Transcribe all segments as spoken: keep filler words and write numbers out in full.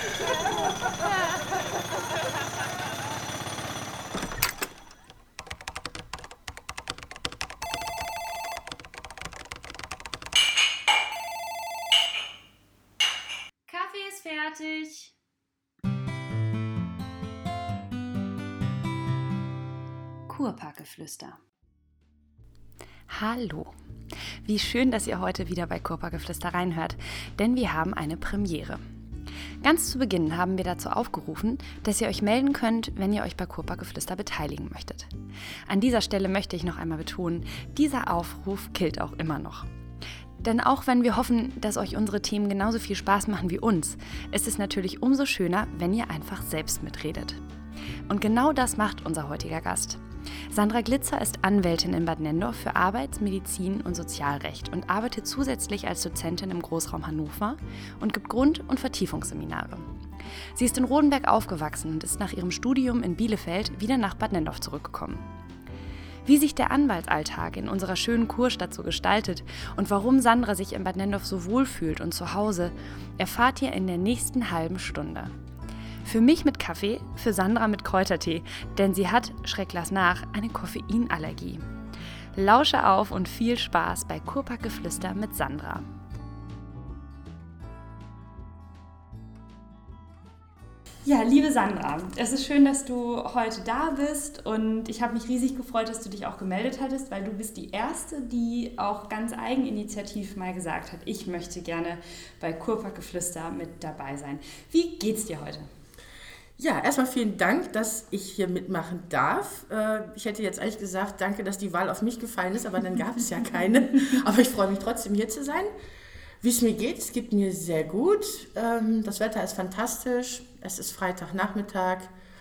Kaffee ist fertig. Kurparkgeflüster. Hallo. Wie schön, dass ihr heute wieder bei Kurparkgeflüster reinhört, denn wir haben eine Premiere. Ganz zu Beginn haben wir dazu aufgerufen, dass ihr euch melden könnt, wenn ihr euch bei Kurparkgeflüster beteiligen möchtet. An dieser Stelle möchte ich noch einmal betonen, dieser Aufruf gilt auch immer noch. Denn auch wenn wir hoffen, dass euch unsere Themen genauso viel Spaß machen wie uns, ist es natürlich umso schöner, wenn ihr einfach selbst mitredet. Und genau das macht unser heutiger Gast. Sandra Glitzer ist Anwältin in Bad Nenndorf für Arbeits-, Medizin- und Sozialrecht und arbeitet zusätzlich als Dozentin im Großraum Hannover und gibt Grund- und Vertiefungsseminare. Sie ist in Rodenberg aufgewachsen und ist nach ihrem Studium in Bielefeld wieder nach Bad Nenndorf zurückgekommen. Wie sich der Anwaltsalltag in unserer schönen Kurstadt so gestaltet und warum Sandra sich in Bad Nenndorf so wohl fühlt und zu Hause, erfahrt ihr in der nächsten halben Stunde. Für mich mit Kaffee, für Sandra mit Kräutertee, denn sie hat, schreck lass nach, eine Koffeinallergie. Lausche auf und viel Spaß bei Kurparkgeflüster mit Sandra. Ja, liebe Sandra, es ist schön, dass du heute da bist und ich habe mich riesig gefreut, dass du dich auch gemeldet hattest, weil du bist die Erste, die auch ganz eigeninitiativ mal gesagt hat, ich möchte gerne bei Kurparkgeflüster mit dabei sein. Wie geht's dir heute? Ja, erstmal vielen Dank, dass ich hier mitmachen darf. Ich hätte jetzt eigentlich gesagt, danke, dass die Wahl auf mich gefallen ist, aber dann gab es ja keine. Aber ich freue mich trotzdem, hier zu sein. Wie es mir geht, es geht mir sehr gut. Das Wetter ist fantastisch. Es ist Freitagnachmittag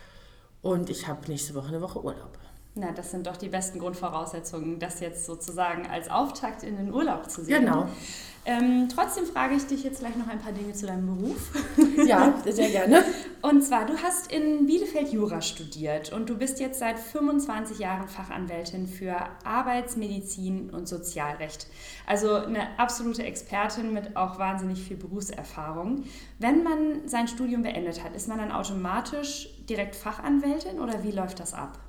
und ich habe nächste Woche eine Woche Urlaub. Na, das sind doch die besten Grundvoraussetzungen, das jetzt sozusagen als Auftakt in den Urlaub zu sehen. Genau. Ähm, trotzdem frage ich dich jetzt gleich noch ein paar Dinge zu deinem Beruf. Ja, sehr gerne. Und zwar, du hast in Bielefeld Jura studiert und du bist jetzt seit fünfundzwanzig Jahren Fachanwältin für Arbeits-, Medizin- und Sozialrecht. Also eine absolute Expertin mit auch wahnsinnig viel Berufserfahrung. Wenn man sein Studium beendet hat, ist man dann automatisch direkt Fachanwältin oder wie läuft das ab?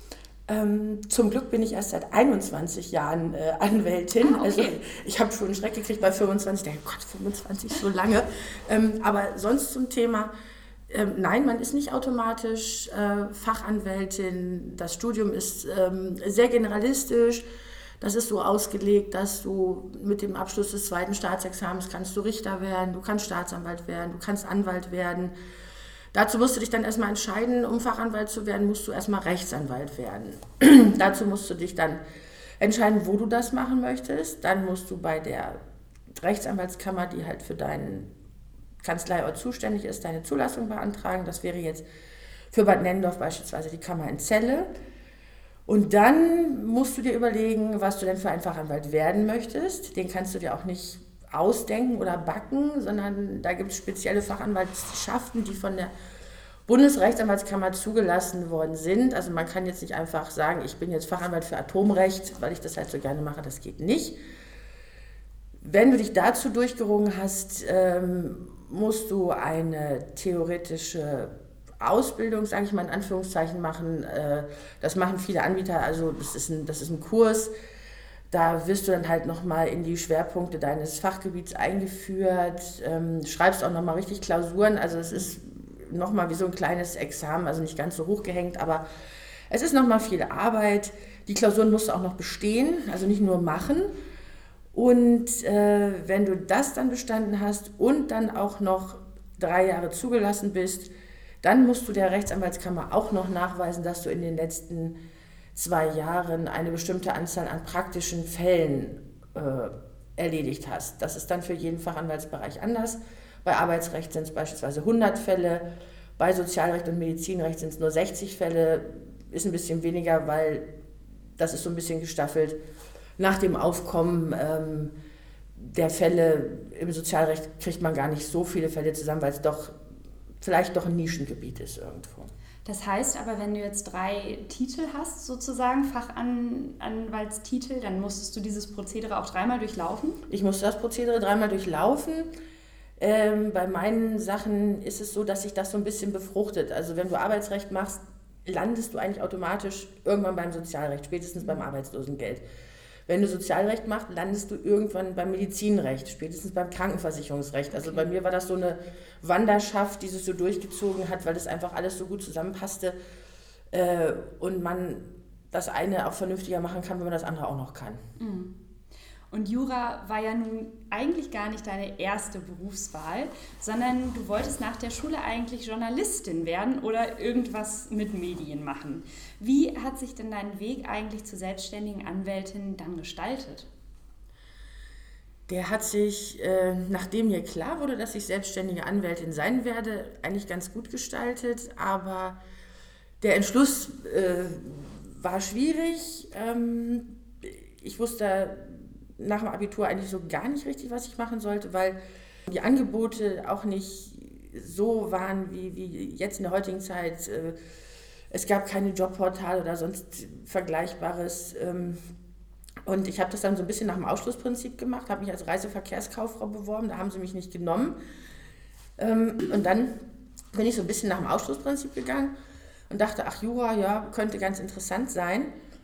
Ähm, zum Glück bin ich erst seit einundzwanzig Jahren äh, Anwältin. Ah, okay. Also ich habe schon einen Schreck gekriegt bei fünfundzwanzig. Ich denke, Gott, fünfundzwanzig, so lange. Ähm, aber sonst zum Thema, ähm, nein, man ist nicht automatisch äh, Fachanwältin. Das Studium ist ähm, sehr generalistisch. Das ist so ausgelegt, dass du mit dem Abschluss des zweiten Staatsexamens kannst du Richter werden, du kannst Staatsanwalt werden, du kannst Anwalt werden. Dazu musst du dich dann erstmal entscheiden, um Fachanwalt zu werden, musst du erstmal Rechtsanwalt werden. Dazu musst du dich dann entscheiden, wo du das machen möchtest. Dann musst du bei der Rechtsanwaltskammer, die halt für deinen Kanzleiort zuständig ist, deine Zulassung beantragen. Das wäre jetzt für Bad Nenndorf beispielsweise die Kammer in Celle. Und dann musst du dir überlegen, was du denn für einen Fachanwalt werden möchtest. Den kannst du dir auch nicht ausdenken oder backen, sondern da gibt es spezielle Fachanwaltschaften, die von der Bundesrechtsanwaltskammer zugelassen worden sind. Also man kann jetzt nicht einfach sagen, ich bin jetzt Fachanwalt für Atomrecht, weil ich das halt so gerne mache, das geht nicht. Wenn du dich dazu durchgerungen hast, ähm, musst du eine theoretische Ausbildung, sage ich mal in Anführungszeichen, machen. Äh, das machen viele Anbieter, also das ist ein, das ist ein Kurs. Da wirst du dann halt nochmal in die Schwerpunkte deines Fachgebiets eingeführt, ähm, schreibst auch nochmal richtig Klausuren, also es ist nochmal wie so ein kleines Examen, also nicht ganz so hochgehängt, aber es ist nochmal viel Arbeit. Die Klausuren musst du auch noch bestehen, also nicht nur machen. Und äh, wenn du das dann bestanden hast und dann auch noch drei Jahre zugelassen bist, dann musst du der Rechtsanwaltskammer auch noch nachweisen, dass du in den letzten zwei Jahren eine bestimmte Anzahl an praktischen Fällen äh, erledigt hast. Das ist dann für jeden Fachanwaltsbereich anders. Bei Arbeitsrecht sind es beispielsweise hundert Fälle, bei Sozialrecht und Medizinrecht sind es nur sechzig Fälle, ist ein bisschen weniger, weil das ist so ein bisschen gestaffelt. Nach dem Aufkommen ähm, der Fälle im Sozialrecht kriegt man gar nicht so viele Fälle zusammen, weil es doch vielleicht doch ein Nischengebiet ist irgendwo. Das heißt aber, wenn du jetzt drei Titel hast, sozusagen Fachanwaltstitel, dann musstest du dieses Prozedere auch dreimal durchlaufen? Ich musste das Prozedere dreimal durchlaufen. Ähm, bei meinen Sachen ist es so, dass sich das so ein bisschen befruchtet. Also wenn du Arbeitsrecht machst, landest du eigentlich automatisch irgendwann beim Sozialrecht, spätestens beim Arbeitslosengeld. Wenn du Sozialrecht machst, landest du irgendwann beim Medizinrecht, spätestens beim Krankenversicherungsrecht. Also bei mir war das so eine Wanderschaft, die sich so durchgezogen hat, weil das einfach alles so gut zusammenpasste äh, und man das eine auch vernünftiger machen kann, wenn man das andere auch noch kann. Mhm. Und Jura war ja nun eigentlich gar nicht deine erste Berufswahl, sondern du wolltest nach der Schule eigentlich Journalistin werden oder irgendwas mit Medien machen. Wie hat sich denn dein Weg eigentlich zur selbstständigen Anwältin dann gestaltet? Der hat sich, äh, nachdem mir klar wurde, dass ich selbstständige Anwältin sein werde, eigentlich ganz gut gestaltet, aber der Entschluss äh, war schwierig. Ähm, ich wusste nach dem Abitur eigentlich so gar nicht richtig, was ich machen sollte, weil die Angebote auch nicht so waren wie, wie jetzt in der heutigen Zeit. Es gab keine Jobportale oder sonst Vergleichbares. Und ich habe das dann so ein bisschen nach dem Ausschlussprinzip gemacht, habe mich als Reiseverkehrskauffrau beworben, da haben sie mich nicht genommen. Und dann bin ich so ein bisschen nach dem Ausschlussprinzip gegangen und dachte, ach Jura, ja, könnte ganz interessant sein.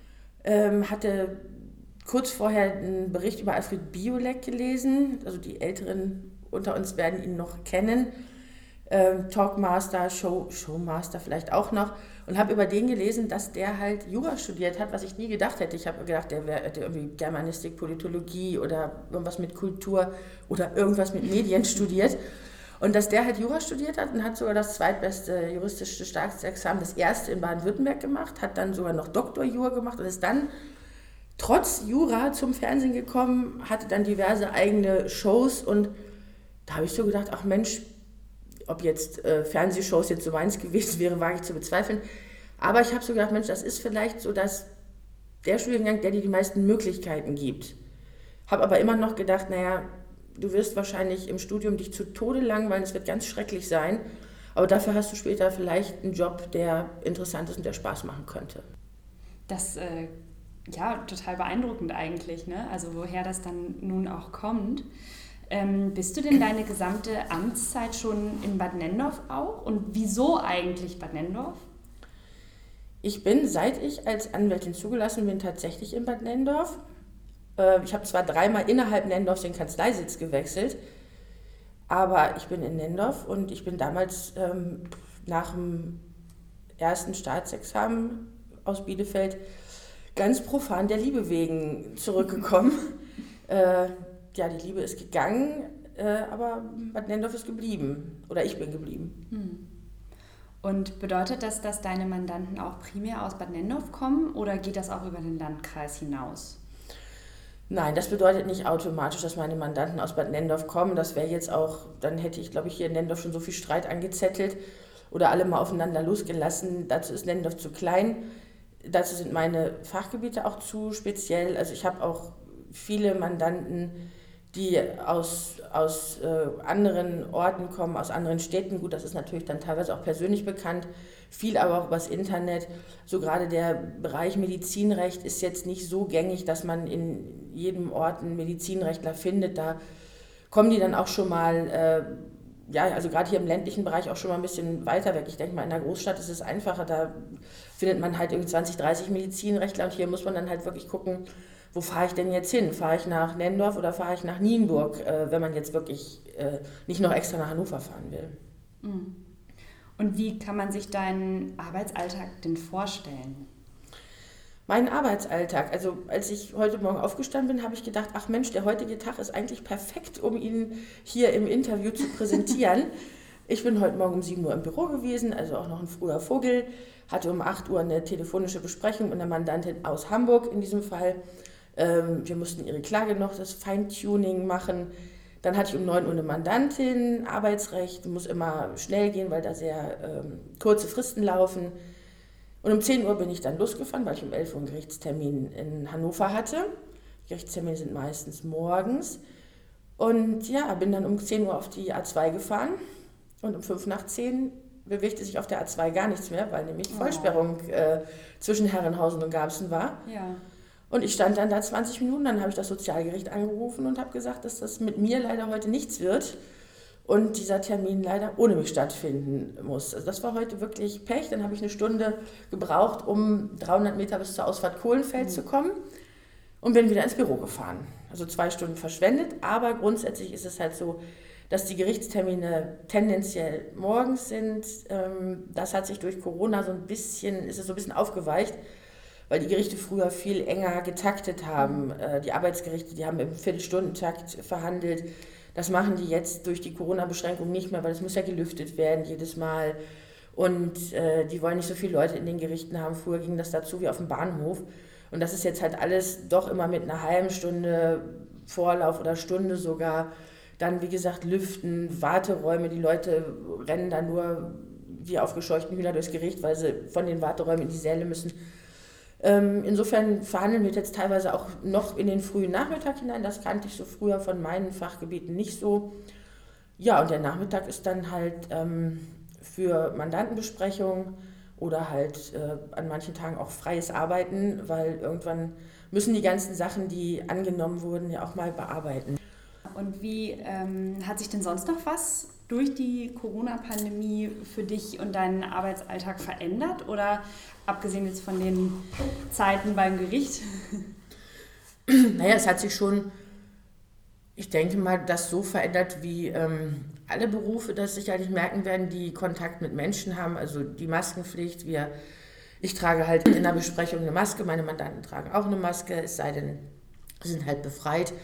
Hatte kurz vorher einen Bericht über Alfred Biolek gelesen, also die Älteren unter uns werden ihn noch kennen, ähm, Talkmaster, Show, Showmaster vielleicht auch noch, und habe über den gelesen, dass der halt Jura studiert hat, was ich nie gedacht hätte. Ich habe gedacht, der wäre irgendwie Germanistik, Politologie oder irgendwas mit Kultur oder irgendwas mit Medien studiert. Und dass der halt Jura studiert hat und hat sogar das zweitbeste juristische Staatsexamen, das erste in Baden-Württemberg gemacht, hat dann sogar noch Doktorjura gemacht und ist dann trotz Jura zum Fernsehen gekommen, hatte dann diverse eigene Shows und da habe ich so gedacht, ach Mensch, ob jetzt äh, Fernsehshows jetzt so meins gewesen wäre, wage ich zu bezweifeln. Aber ich habe so gedacht, Mensch, das ist vielleicht so, dass der Studiengang, der dir die meisten Möglichkeiten gibt. Habe aber immer noch gedacht, naja, du wirst wahrscheinlich im Studium dich zu Tode langweilen, es wird ganz schrecklich sein, aber dafür hast du später vielleicht einen Job, der interessant ist und der Spaß machen könnte. Das äh Ja, total beeindruckend eigentlich, ne? Also woher das dann nun auch kommt. Ähm, bist du denn deine gesamte Amtszeit schon in Bad Nenndorf auch? Und wieso eigentlich Bad Nenndorf? Ich bin, seit ich als Anwältin zugelassen bin, tatsächlich in Bad Nenndorf. Äh, ich habe zwar dreimal innerhalb Nenndorfs den Kanzleisitz gewechselt, aber ich bin in Nenndorf und ich bin damals ähm, nach dem ersten Staatsexamen aus Bielefeld ganz profan der Liebe wegen zurückgekommen. äh, ja, die Liebe ist gegangen, äh, aber Bad Nenndorf ist geblieben. Oder ich bin geblieben. Hm. Und bedeutet das, dass deine Mandanten auch primär aus Bad Nenndorf kommen oder geht das auch über den Landkreis hinaus? Nein, das bedeutet nicht automatisch, dass meine Mandanten aus Bad Nenndorf kommen. Das wäre jetzt auch, dann hätte ich, glaube ich, hier in Nenndorf schon so viel Streit angezettelt oder alle mal aufeinander losgelassen. Dazu ist Nenndorf zu klein. Dazu sind meine Fachgebiete auch zu speziell. Also ich habe auch viele Mandanten, die aus, aus äh, anderen Orten kommen, aus anderen Städten. Gut, das ist natürlich dann teilweise auch persönlich bekannt, viel aber auch übers Internet. So gerade der Bereich Medizinrecht ist jetzt nicht so gängig, dass man in jedem Ort einen Medizinrechtler findet. Da kommen die dann auch schon mal, äh, ja, also gerade hier im ländlichen Bereich auch schon mal ein bisschen weiter weg. Ich denke mal, in der Großstadt ist es einfacher, da findet man halt irgendwie zwanzig, dreißig Medizinrechtler und hier muss man dann halt wirklich gucken, wo fahre ich denn jetzt hin? Fahre ich nach Nenndorf oder fahre ich nach Nienburg, äh, wenn man jetzt wirklich äh, nicht noch extra nach Hannover fahren will. Und wie kann man sich deinen Arbeitsalltag denn vorstellen? Mein Arbeitsalltag, also als ich heute Morgen aufgestanden bin, habe ich gedacht, ach Mensch, der heutige Tag ist eigentlich perfekt, um ihn hier im Interview zu präsentieren. Ich bin heute Morgen um sieben Uhr im Büro gewesen, also auch noch ein früher Vogel, hatte um acht Uhr eine telefonische Besprechung mit einer Mandantin aus Hamburg in diesem Fall. Wir mussten ihre Klage noch, das Feintuning machen. Dann hatte ich um neun Uhr eine Mandantin, Arbeitsrecht, muss immer schnell gehen, weil da sehr ähm, kurze Fristen laufen. Und um zehn Uhr bin ich dann losgefahren, weil ich um elf Uhr einen Gerichtstermin in Hannover hatte. Gerichtstermine sind meistens morgens. Und ja, bin dann um zehn Uhr auf die A zwei gefahren und um fünf nach zehn bewegte sich auf der A zwei gar nichts mehr, weil nämlich oh. Vollsperrung äh, zwischen Herrenhausen und Garbsen war. Ja. Und ich stand dann da zwanzig Minuten, dann habe ich das Sozialgericht angerufen und habe gesagt, dass das mit mir leider heute nichts wird. und dieser Termin leider ohne mich stattfinden muss. Also das war heute wirklich Pech. Dann habe ich eine Stunde gebraucht, um dreihundert Meter bis zur Ausfahrt Kohlenfeld mhm. zu kommen und bin wieder ins Büro gefahren. Also zwei Stunden verschwendet, aber grundsätzlich ist es halt so, dass die Gerichtstermine tendenziell morgens sind. Das hat sich durch Corona so ein bisschen, ist es so ein bisschen aufgeweicht, weil die Gerichte früher viel enger getaktet haben. Die Arbeitsgerichte, die haben im Viertelstundentakt verhandelt. Das machen die jetzt durch die Corona-Beschränkung nicht mehr, weil es muss ja gelüftet werden jedes Mal. Und äh, die wollen nicht so viele Leute in den Gerichten haben. Früher ging das dazu wie auf dem Bahnhof. Und das ist jetzt halt alles doch immer mit einer halben Stunde Vorlauf oder Stunde sogar. Dann, wie gesagt, Lüften, Warteräume. Die Leute rennen da nur wie aufgescheuchten Hühner durchs Gericht, weil sie von den Warteräumen in die Säle müssen. Insofern verhandeln wir jetzt teilweise auch noch in den frühen Nachmittag hinein. Das kannte ich so früher von meinen Fachgebieten nicht so. Ja, und der Nachmittag ist dann halt ähm, für Mandantenbesprechungen oder halt äh, an manchen Tagen auch freies Arbeiten, weil irgendwann müssen die ganzen Sachen, die angenommen wurden, ja auch mal bearbeiten. Und wie ähm, hat sich denn sonst noch was durch die Corona-Pandemie für dich und deinen Arbeitsalltag verändert? Oder abgesehen jetzt von den Zeiten beim Gericht? Naja, es hat sich schon, ich denke mal, das so verändert, wie ähm, alle Berufe das sicherlich merken werden, die Kontakt mit Menschen haben. Also die Maskenpflicht. Wir, ich trage halt in der Besprechung eine Maske, meine Mandanten tragen auch eine Maske, es sei denn, sie sind halt befreit.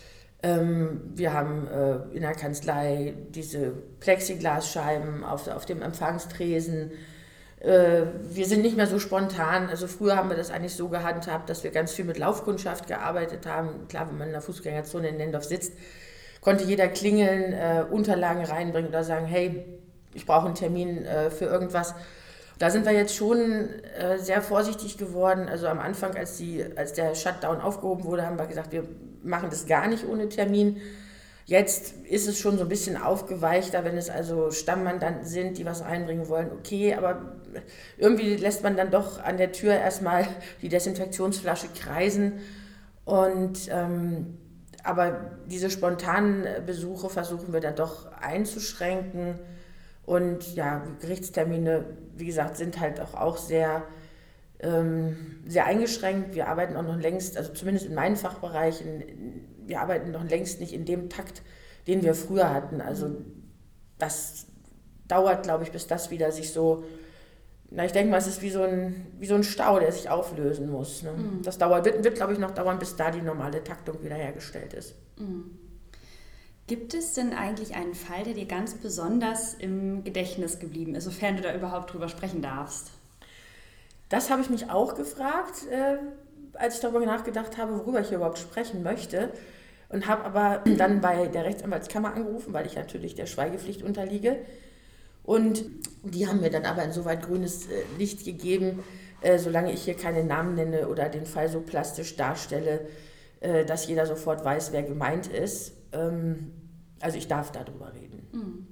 Wir haben äh, in der Kanzlei diese Plexiglasscheiben auf, auf dem Empfangstresen. Äh, wir sind nicht mehr so spontan. Also früher haben wir das eigentlich so gehandhabt, dass wir ganz viel mit Laufkundschaft gearbeitet haben. Klar, wenn man in der Fußgängerzone in Nendorf sitzt, konnte jeder klingeln, äh, Unterlagen reinbringen oder sagen, hey, ich brauche einen Termin äh, für irgendwas. Da sind wir jetzt schon äh, sehr vorsichtig geworden. Also am Anfang, als, die, als der Shutdown aufgehoben wurde, haben wir gesagt, wir machen das gar nicht ohne Termin. Jetzt ist es schon so ein bisschen aufgeweichter, wenn es also Stammmandanten sind, die was einbringen wollen, okay, aber irgendwie lässt man dann doch an der Tür erstmal die Desinfektionsflasche kreisen. Und, ähm, aber diese spontanen Besuche versuchen wir dann doch einzuschränken. Und ja, Gerichtstermine, wie gesagt, sind halt auch, auch sehr, ähm, sehr eingeschränkt. Wir arbeiten auch noch längst, also zumindest in meinen Fachbereichen, wir arbeiten noch längst nicht in dem Takt, den wir früher hatten. Also das dauert, glaube ich, bis das wieder sich so, na ich denke mal, es ist wie so ein, wie so ein Stau, der sich auflösen muss. Ne? Mhm. Das dauert, wird, wird, glaube ich, noch dauern, bis da die normale Taktung wiederhergestellt ist. Mhm. Gibt es denn eigentlich einen Fall, der dir ganz besonders im Gedächtnis geblieben ist, sofern du da überhaupt drüber sprechen darfst? Das habe ich mich auch gefragt, äh, als ich darüber nachgedacht habe, worüber ich hier überhaupt sprechen möchte. Und habe aber dann bei der Rechtsanwaltskammer angerufen, weil ich natürlich der Schweigepflicht unterliege. Und die haben mir dann aber insoweit grünes äh, Licht gegeben, äh, solange ich hier keine Namen nenne oder den Fall so plastisch darstelle, äh, dass jeder sofort weiß, wer gemeint ist. Ähm, Also ich darf darüber reden. Mhm.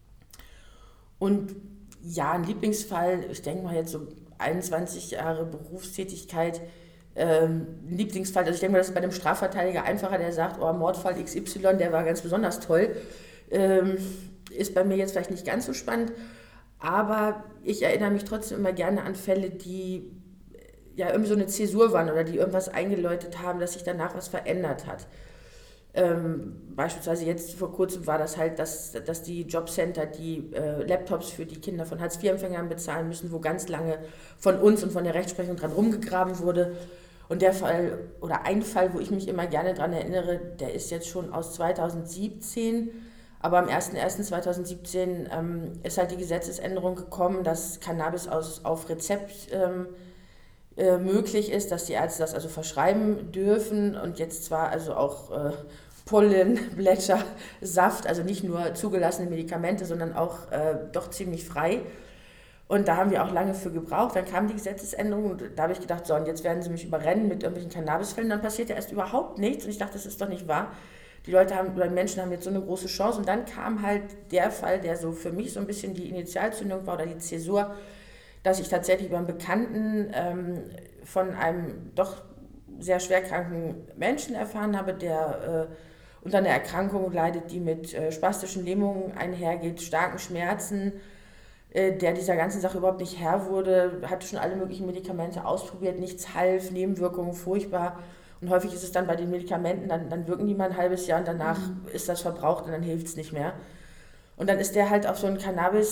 Und ja, ein Lieblingsfall, ich denke mal jetzt so einundzwanzig Jahre Berufstätigkeit, ähm, ein Lieblingsfall, also ich denke mal, das ist bei einem Strafverteidiger einfacher, der sagt, oh, Mordfall X Y, der war ganz besonders toll. Ähm, ist bei mir jetzt vielleicht nicht ganz so spannend, aber ich erinnere mich trotzdem immer gerne an Fälle, die ja irgendwie so eine Zäsur waren oder die irgendwas eingeläutet haben, dass sich danach was verändert hat. Ähm, beispielsweise jetzt vor kurzem war das halt, dass, dass die Jobcenter die äh, Laptops für die Kinder von Hartz vier Empfängern bezahlen müssen, wo ganz lange von uns und von der Rechtsprechung dran rumgegraben wurde. Und der Fall, oder ein Fall, wo ich mich immer gerne dran erinnere, der ist jetzt schon aus zweitausendsiebzehn, aber am erster erster zweitausendsiebzehn ähm, ist halt die Gesetzesänderung gekommen, dass Cannabis aus, auf Rezept ähm, äh, möglich ist, dass die Ärzte das also verschreiben dürfen und jetzt zwar also auch äh, Pollen, Blätter, Saft, also nicht nur zugelassene Medikamente, sondern auch äh, doch ziemlich frei. Und da haben wir auch lange für gebraucht. Dann kam die Gesetzesänderung und da habe ich gedacht, so, und jetzt werden sie mich überrennen mit irgendwelchen Cannabisfällen. Dann passiert ja erst überhaupt nichts und ich dachte, das ist doch nicht wahr. Die Leute haben, oder die Menschen haben jetzt so eine große Chance. Und dann kam halt der Fall, der so für mich so ein bisschen die Initialzündung war oder die Zäsur, dass ich tatsächlich über einen Bekannten ähm, von einem doch sehr schwerkranken Menschen erfahren habe, der äh, unter einer Erkrankung leidet, die mit äh, spastischen Lähmungen einhergeht, starken Schmerzen, äh, der dieser ganzen Sache überhaupt nicht Herr wurde, hatte schon alle möglichen Medikamente ausprobiert, nichts half, Nebenwirkungen furchtbar. Und häufig ist es dann bei den Medikamenten, dann, dann wirken die mal ein halbes Jahr und danach mhm. ist das verbraucht und dann hilft es nicht mehr. Und dann ist der halt auf so ein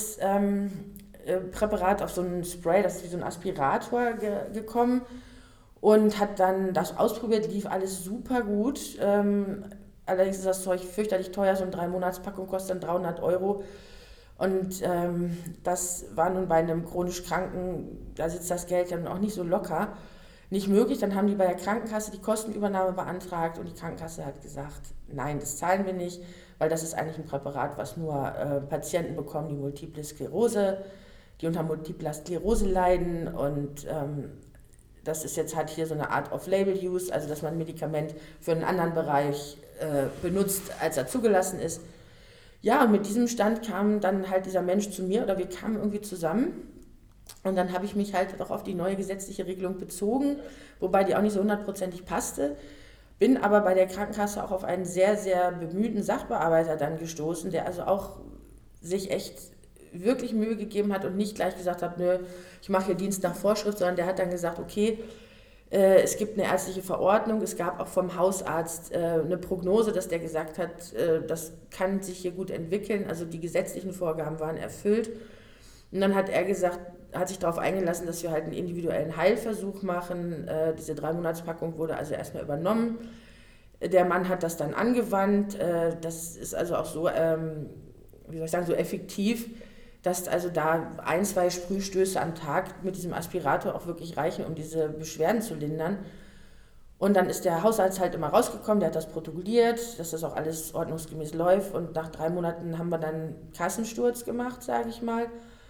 Cannabis-Präparat, ähm, auf so ein Spray, das ist wie so ein Aspirator ge- gekommen und hat dann das ausprobiert, lief alles super gut. Ähm, allerdings ist das Zeug fürchterlich teuer, so eine drei Monats Packung kostet dann dreihundert Euro. Und ähm, das war nun bei einem chronisch Kranken, da sitzt das Geld ja nun auch nicht so locker, nicht möglich. Dann haben die bei der Krankenkasse die Kostenübernahme beantragt und die Krankenkasse hat gesagt, nein, das zahlen wir nicht, weil das ist eigentlich ein Präparat, was nur äh, Patienten bekommen, die Multiple Sklerose, die unter Multipler Sklerose leiden und ähm, das ist jetzt halt hier so eine Art Off-Label-Use, also dass man ein Medikament für einen anderen Bereich äh, benutzt, als er zugelassen ist. Ja, und mit diesem Stand kam dann halt dieser Mensch zu mir oder wir kamen irgendwie zusammen und dann habe ich mich halt auch auf die neue gesetzliche Regelung bezogen, wobei die auch nicht so hundertprozentig passte. Bin aber bei der Krankenkasse auch auf einen sehr, sehr bemühten Sachbearbeiter dann gestoßen, der also auch sich echt wirklich Mühe gegeben hat und nicht gleich gesagt hat, nö, ich mache hier Dienst nach Vorschrift, sondern der hat dann gesagt, okay, äh, es gibt eine ärztliche Verordnung, es gab auch vom Hausarzt äh, eine Prognose, dass der gesagt hat, äh, das kann sich hier gut entwickeln, also die gesetzlichen Vorgaben waren erfüllt. Und dann hat er gesagt, hat sich darauf eingelassen, dass wir halt einen individuellen Heilversuch machen. Äh, diese Drei-Monats-Packung wurde also erstmal übernommen. Der Mann hat das dann angewandt. Äh, das ist also auch so, ähm, wie soll ich sagen, so effektiv, dass also da ein, zwei Sprühstöße am Tag mit diesem Aspirator auch wirklich reichen, um diese Beschwerden zu lindern. Und dann ist der Hausarzt halt immer rausgekommen, der hat das protokolliert, dass das auch alles ordnungsgemäß läuft. Und nach drei Monaten haben wir dann Kassensturz gemacht, sage ich mal.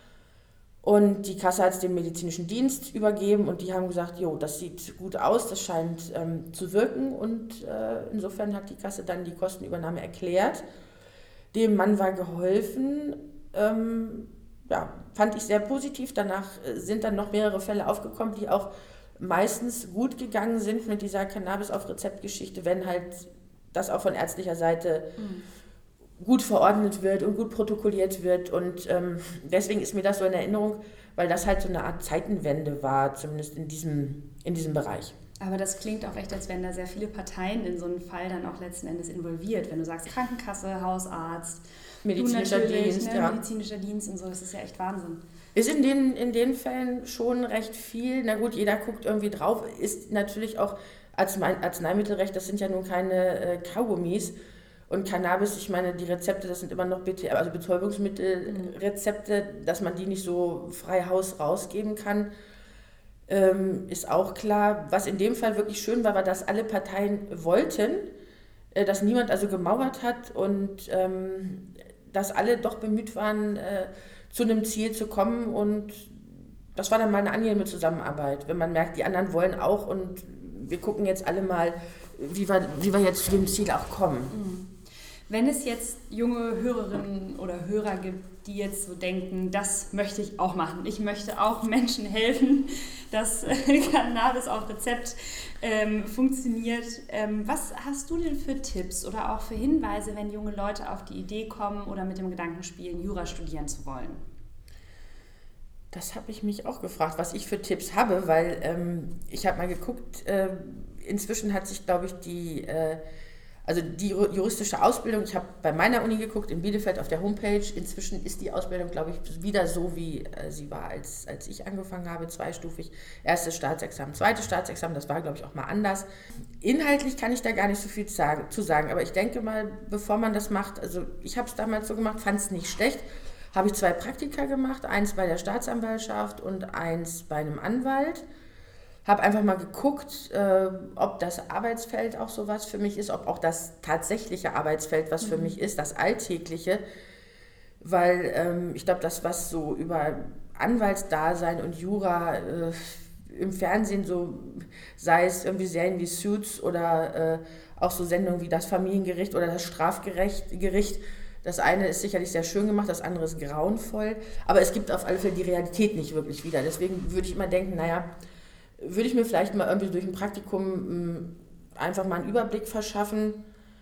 Und die Kasse hat es dem medizinischen Dienst übergeben und die haben gesagt, jo, das sieht gut aus, das scheint ähm, zu wirken. Und äh, insofern hat die Kasse dann die Kostenübernahme erklärt. Dem Mann war geholfen, ähm, ja, fand ich sehr positiv. Danach sind dann noch mehrere Fälle aufgekommen, die auch meistens gut gegangen sind mit dieser Cannabis-auf-Rezept-Geschichte, wenn halt das auch von ärztlicher Seite mhm. gut verordnet wird und gut protokolliert wird. Und ähm, deswegen ist mir das so in Erinnerung, weil das halt so eine Art Zeitenwende war, zumindest in diesem, in diesem Bereich. Aber das klingt auch echt, als wären da sehr viele Parteien in so einen Fall dann auch letzten Endes involviert. Wenn du sagst Krankenkasse, Hausarzt, medizinischer Dienst, ne, ja. medizinischer Dienst und so, das ist ja echt Wahnsinn. Ist in den, in den Fällen schon recht viel. Na gut, jeder guckt irgendwie drauf. Ist natürlich auch Arzneimittelrecht, das sind ja nun keine äh, Kaugummis. Und Cannabis, ich meine, die Rezepte, das sind immer noch B T, also Betäubungsmittelrezepte, dass man die nicht so frei Haus rausgeben kann, ähm, ist auch klar. Was in dem Fall wirklich schön war, war, dass alle Parteien wollten, äh, dass niemand also gemauert hat und ähm, dass alle doch bemüht waren, äh, zu einem Ziel zu kommen. Und das war dann mal eine angenehme Zusammenarbeit, wenn man merkt, die anderen wollen auch und wir gucken jetzt alle mal, wie wir, wie wir jetzt zu dem Ziel auch kommen. Wenn es jetzt junge Hörerinnen oder Hörer gibt, die jetzt so denken, das möchte ich auch machen. Ich möchte auch Menschen helfen, dass Cannabis auf Rezept ähm, funktioniert. Ähm, was hast du denn für Tipps oder auch für Hinweise, wenn junge Leute auf die Idee kommen oder mit dem Gedanken spielen, Jura studieren zu wollen? Das habe ich mich auch gefragt, was ich für Tipps habe, weil ähm, ich habe mal geguckt, äh, inzwischen hat sich, glaube ich, die... Äh, Also die juristische Ausbildung, ich habe bei meiner Uni geguckt, in Bielefeld auf der Homepage, inzwischen ist die Ausbildung, glaube ich, wieder so, wie äh, sie war, als, als ich angefangen habe, zweistufig. Erstes Staatsexamen, zweites Staatsexamen, das war, glaube ich, auch mal anders. Inhaltlich kann ich da gar nicht so viel sagen, zu sagen, aber ich denke mal, bevor man das macht, also ich habe es damals so gemacht, fand es nicht schlecht, habe ich zwei Praktika gemacht, eins bei der Staatsanwaltschaft und eins bei einem Anwalt. Habe einfach mal geguckt, äh, ob das Arbeitsfeld auch sowas für mich ist, ob auch das tatsächliche Arbeitsfeld was für mhm. mich ist, das Alltägliche. Weil ähm, ich glaube, das, was so über Anwaltsdasein und Jura äh, im Fernsehen so, sei es irgendwie Serien wie Suits oder äh, auch so Sendungen wie das Familiengericht oder das Strafgericht, das eine ist sicherlich sehr schön gemacht, das andere ist grauenvoll. Aber es gibt auf alle Fälle die Realität nicht wirklich wieder. Deswegen würde ich immer denken, naja, würde ich mir vielleicht mal irgendwie durch ein Praktikum einfach mal einen Überblick verschaffen.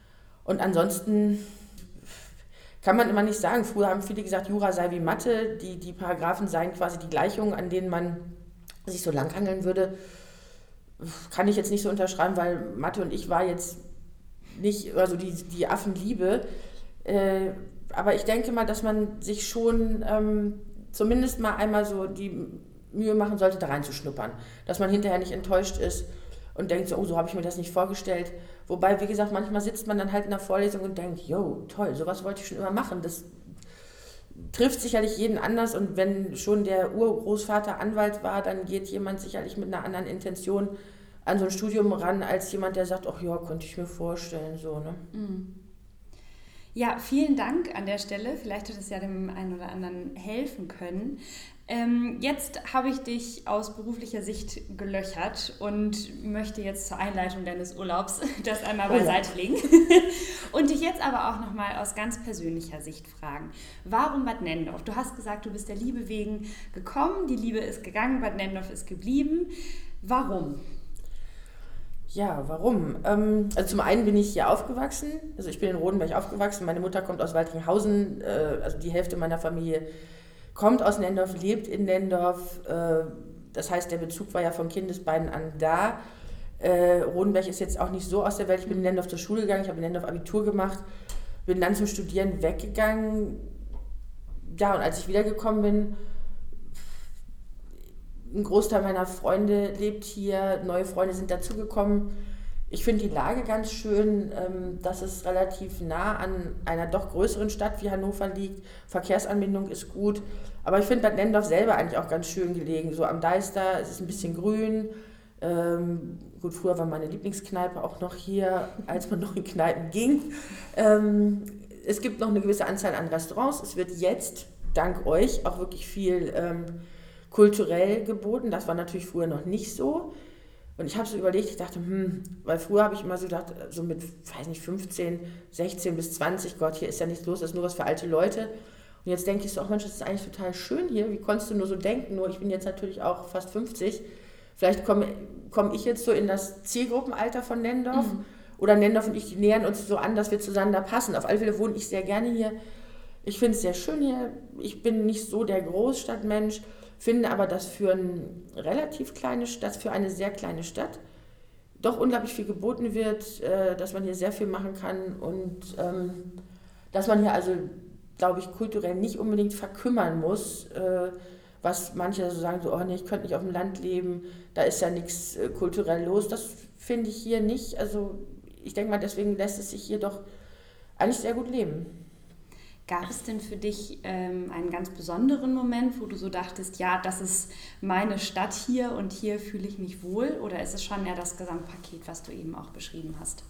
Und ansonsten kann man immer nicht sagen. Früher haben viele gesagt, Jura sei wie Mathe, die, die Paragraphen seien quasi die Gleichungen, an denen man sich so langhangeln würde. Kann ich jetzt nicht so unterschreiben, weil Mathe und ich war jetzt nicht, also die, die Affenliebe. Äh, aber ich denke mal, dass man sich schon ähm, zumindest mal einmal so die Mühe machen sollte, da reinzuschnuppern. Dass man hinterher nicht enttäuscht ist und denkt so, oh, so habe ich mir das nicht vorgestellt. Wobei, wie gesagt, manchmal sitzt man dann halt in der Vorlesung und denkt, jo, toll, sowas wollte ich schon immer machen. Das trifft sicherlich jeden anders und wenn schon der Urgroßvater Anwalt war, dann geht jemand sicherlich mit einer anderen Intention an so ein Studium ran, als jemand, der sagt, ach ja, könnte ich mir vorstellen, so, ne? Mhm. Ja, vielen Dank an der Stelle. Vielleicht hat es ja dem einen oder anderen helfen können. Ähm, jetzt habe ich dich aus beruflicher Sicht gelöchert und möchte jetzt zur Einleitung deines Urlaubs das einmal oh beiseite ja. legen und dich jetzt aber auch nochmal aus ganz persönlicher Sicht fragen. Warum Bad Nenndorf? Du hast gesagt, du bist der Liebe wegen gekommen, die Liebe ist gegangen, Bad Nenndorf ist geblieben. Warum? Ja, warum? Ähm, also zum einen bin ich hier aufgewachsen, also ich bin in Rodenberg aufgewachsen, meine Mutter kommt aus Waldringhausen, äh, also die Hälfte meiner Familie kommt aus Nenndorf, lebt in Nenndorf, äh, das heißt, der Bezug war ja von Kindesbeinen an da. Äh, Rodenberg ist jetzt auch nicht so aus der Welt, ich bin in Nenndorf zur Schule gegangen, ich habe in Nenndorf Abitur gemacht, bin dann zum Studieren weggegangen, ja, und als ich wiedergekommen bin, ein Großteil meiner Freunde lebt hier, neue Freunde sind dazugekommen. Ich finde die Lage ganz schön, dass es relativ nah an einer doch größeren Stadt wie Hannover liegt. Verkehrsanbindung ist gut, aber ich finde Bad Nenndorf selber eigentlich auch ganz schön gelegen. So am Deister, es ist ein bisschen grün. Ähm, gut, früher war meine Lieblingskneipe auch noch hier, als man noch in Kneipen ging. Ähm, es gibt noch eine gewisse Anzahl an Restaurants. Es wird jetzt, dank euch, auch wirklich viel ähm, kulturell geboten. Das war natürlich früher noch nicht so. Und ich habe so überlegt, ich dachte, hm, weil früher habe ich immer so gedacht, so mit, weiß nicht, fünfzehn, sechzehn bis zwanzig, Gott, hier ist ja nichts los, das ist nur was für alte Leute. Und jetzt denke ich so, ach Mensch, das ist eigentlich total schön hier, wie konntest du nur so denken? Nur ich bin jetzt natürlich auch fast fünfzig. Vielleicht komme komm ich jetzt so in das Zielgruppenalter von Nenndorf. Mhm. Oder Nenndorf und ich nähern uns so an, dass wir zueinander passen. Auf alle Fälle wohne ich sehr gerne hier. Ich finde es sehr schön hier. Ich bin nicht so der Großstadtmensch, finde aber, dass für, ein relativ kleine, dass für eine sehr kleine Stadt doch unglaublich viel geboten wird, äh, dass man hier sehr viel machen kann und ähm, dass man hier also, glaube ich, kulturell nicht unbedingt verkümmern muss, äh, was manche so sagen, so, oh nee, ich könnte nicht auf dem Land leben, da ist ja nichts äh, kulturell los. Das finde ich hier nicht. Also ich denke mal, deswegen lässt es sich hier doch eigentlich sehr gut leben. Gab es denn für dich ähm, einen ganz besonderen Moment, wo du so dachtest, ja, das ist meine Stadt hier und hier fühle ich mich wohl? Oder ist es schon eher das Gesamtpaket, was du eben auch beschrieben hast?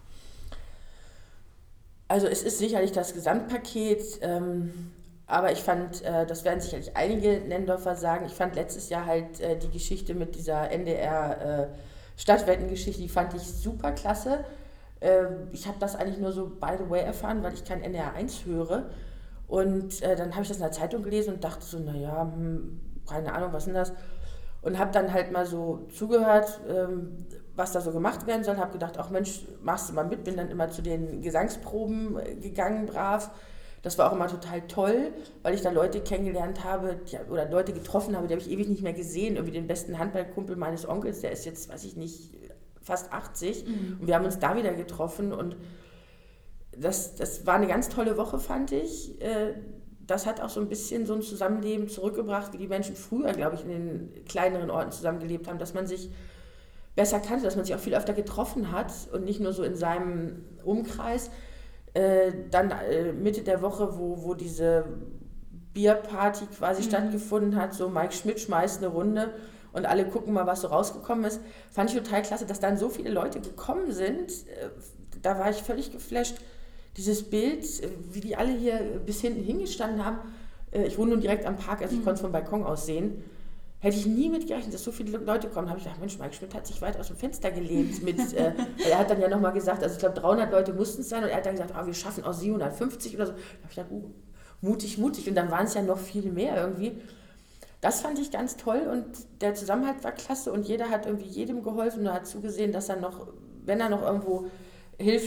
Also es ist sicherlich das Gesamtpaket, ähm, aber ich fand, äh, das werden sicherlich einige Nenndorfer sagen, ich fand letztes Jahr halt äh, die Geschichte mit dieser N D R-Stadtwettengeschichte, äh, die fand ich super klasse. Ich habe das eigentlich nur so by the way erfahren, weil ich kein N D R eins höre. Und äh, dann habe ich das in der Zeitung gelesen und dachte so, naja, hm, keine Ahnung, was ist denn das? Und habe dann halt mal so zugehört, ähm, was da so gemacht werden soll. Habe gedacht, ach Mensch, machst du mal mit. Bin dann immer zu den Gesangsproben gegangen, brav. Das war auch immer total toll, weil ich da Leute kennengelernt habe die, oder Leute getroffen habe, die habe ich ewig nicht mehr gesehen. Irgendwie den besten Handballkumpel meines Onkels, der ist jetzt, weiß ich nicht, fast achtzig. Mhm. Und wir haben uns da wieder getroffen und das, das war eine ganz tolle Woche, fand ich. Das hat auch so ein bisschen so ein Zusammenleben zurückgebracht, wie die Menschen früher, glaube ich, in den kleineren Orten zusammengelebt haben, dass man sich besser kannte, dass man sich auch viel öfter getroffen hat und nicht nur so in seinem Umkreis. Dann Mitte der Woche, wo, wo diese Bierparty quasi mhm. stattgefunden hat, so Mike Schmidt schmeißt eine Runde und alle gucken mal, was so rausgekommen ist. Fand ich total klasse, dass dann so viele Leute gekommen sind. Da war ich völlig geflasht. Dieses Bild, wie die alle hier bis hinten hingestanden haben. Ich wohne nun direkt am Park, also ich mhm. konnte es vom Balkon aus sehen. Hätte ich nie mit gerechnet, dass so viele Leute kommen. Da habe ich gedacht, Mensch, Mike Schmidt hat sich weit aus dem Fenster gelehnt. Mit, äh, er hat dann ja nochmal gesagt, also ich glaube dreihundert Leute mussten es sein. Und er hat dann gesagt, oh, wir schaffen auch siebenhundertfünfzig oder so. Da habe ich gedacht, uh, mutig, mutig. Und dann waren es ja noch viel mehr irgendwie. Das fand ich ganz toll und der Zusammenhalt war klasse und jeder hat irgendwie jedem geholfen und hat zugesehen, dass er noch, wenn er noch irgendwo Hilfe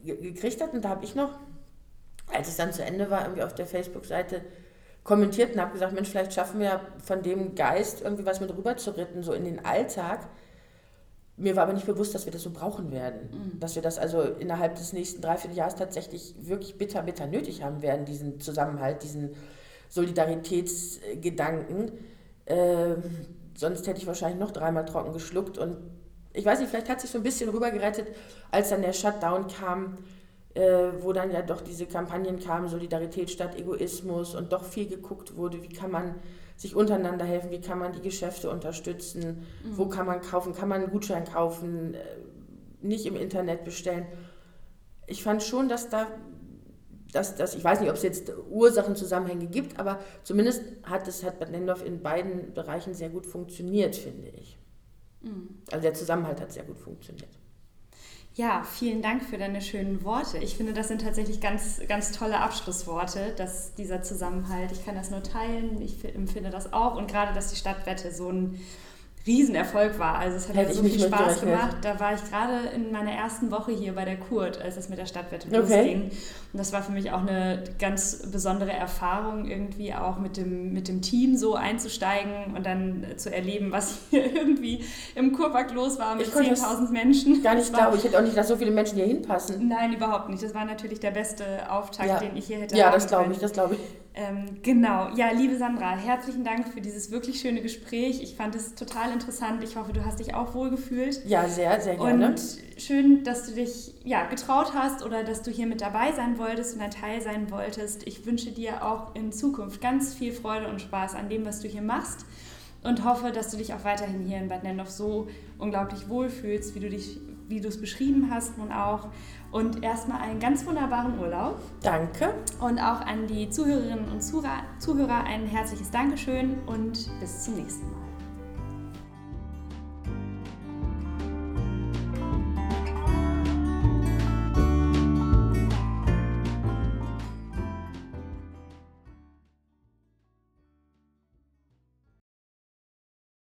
gekriegt hat. Und da habe ich noch, als es dann zu Ende war, irgendwie auf der Facebook-Seite kommentiert und habe gesagt, Mensch, vielleicht schaffen wir von dem Geist irgendwie was mit rüber zu ritten, so in den Alltag. Mir war aber nicht bewusst, dass wir das so brauchen werden. Mhm. Dass wir das also innerhalb des nächsten dreiviertel Jahres tatsächlich wirklich bitter, bitter nötig haben werden, diesen Zusammenhalt, diesen Solidaritätsgedanken. Ähm, sonst hätte ich wahrscheinlich noch dreimal trocken geschluckt. Und ich weiß nicht, vielleicht hat sich so ein bisschen rübergerettet, als dann der Shutdown kam, äh, wo dann ja doch diese Kampagnen kamen, Solidarität statt Egoismus, und doch viel geguckt wurde, wie kann man sich untereinander helfen, wie kann man die Geschäfte unterstützen, mhm. wo kann man kaufen, kann man einen Gutschein kaufen, nicht im Internet bestellen. Ich fand schon, dass da, dass, dass, ich weiß nicht, ob es jetzt Ursachenzusammenhänge gibt, aber zumindest hat es hat Bad Nenndorf in beiden Bereichen sehr gut funktioniert, finde ich. Mhm. Also der Zusammenhalt hat sehr gut funktioniert. Ja, vielen Dank für deine schönen Worte. Ich finde, das sind tatsächlich ganz, ganz tolle Abschlussworte, dass dieser Zusammenhalt, ich kann das nur teilen, ich empfinde das auch, und gerade, dass die Stadtwette so ein Riesenerfolg war. Also es hat ja so viel Spaß gemacht. Da war ich gerade in meiner ersten Woche hier bei der Kurt, als es mit der Stadtwette okay. losging. Und das war für mich auch eine ganz besondere Erfahrung, irgendwie auch mit dem, mit dem Team so einzusteigen und dann zu erleben, was hier irgendwie im Kurpark los war mit zehntausend Menschen. Gar nicht glaube. Ich hätte auch nicht, dass so viele Menschen hier hinpassen. Nein, überhaupt nicht. Das war natürlich der beste Auftakt, ja. den ich hier hätte ja, haben das glaube können. ich, das glaube ich. Ähm, genau. Ja, liebe Sandra, herzlichen Dank für dieses wirklich schöne Gespräch. Ich fand es total interessant. Ich hoffe, du hast dich auch wohl gefühlt. Ja, sehr, sehr gerne. Und schön, dass du dich ja, getraut hast oder dass du hier mit dabei sein wolltest und ein Teil sein wolltest. Ich wünsche dir auch in Zukunft ganz viel Freude und Spaß an dem, was du hier machst, und hoffe, dass du dich auch weiterhin hier in Bad Nenndorf so unglaublich wohlfühlst, wie du dich, wie du es beschrieben hast nun auch. Und erstmal einen ganz wunderbaren Urlaub. Danke. Und auch an die Zuhörerinnen und Zuhörer ein herzliches Dankeschön und bis zum nächsten Mal.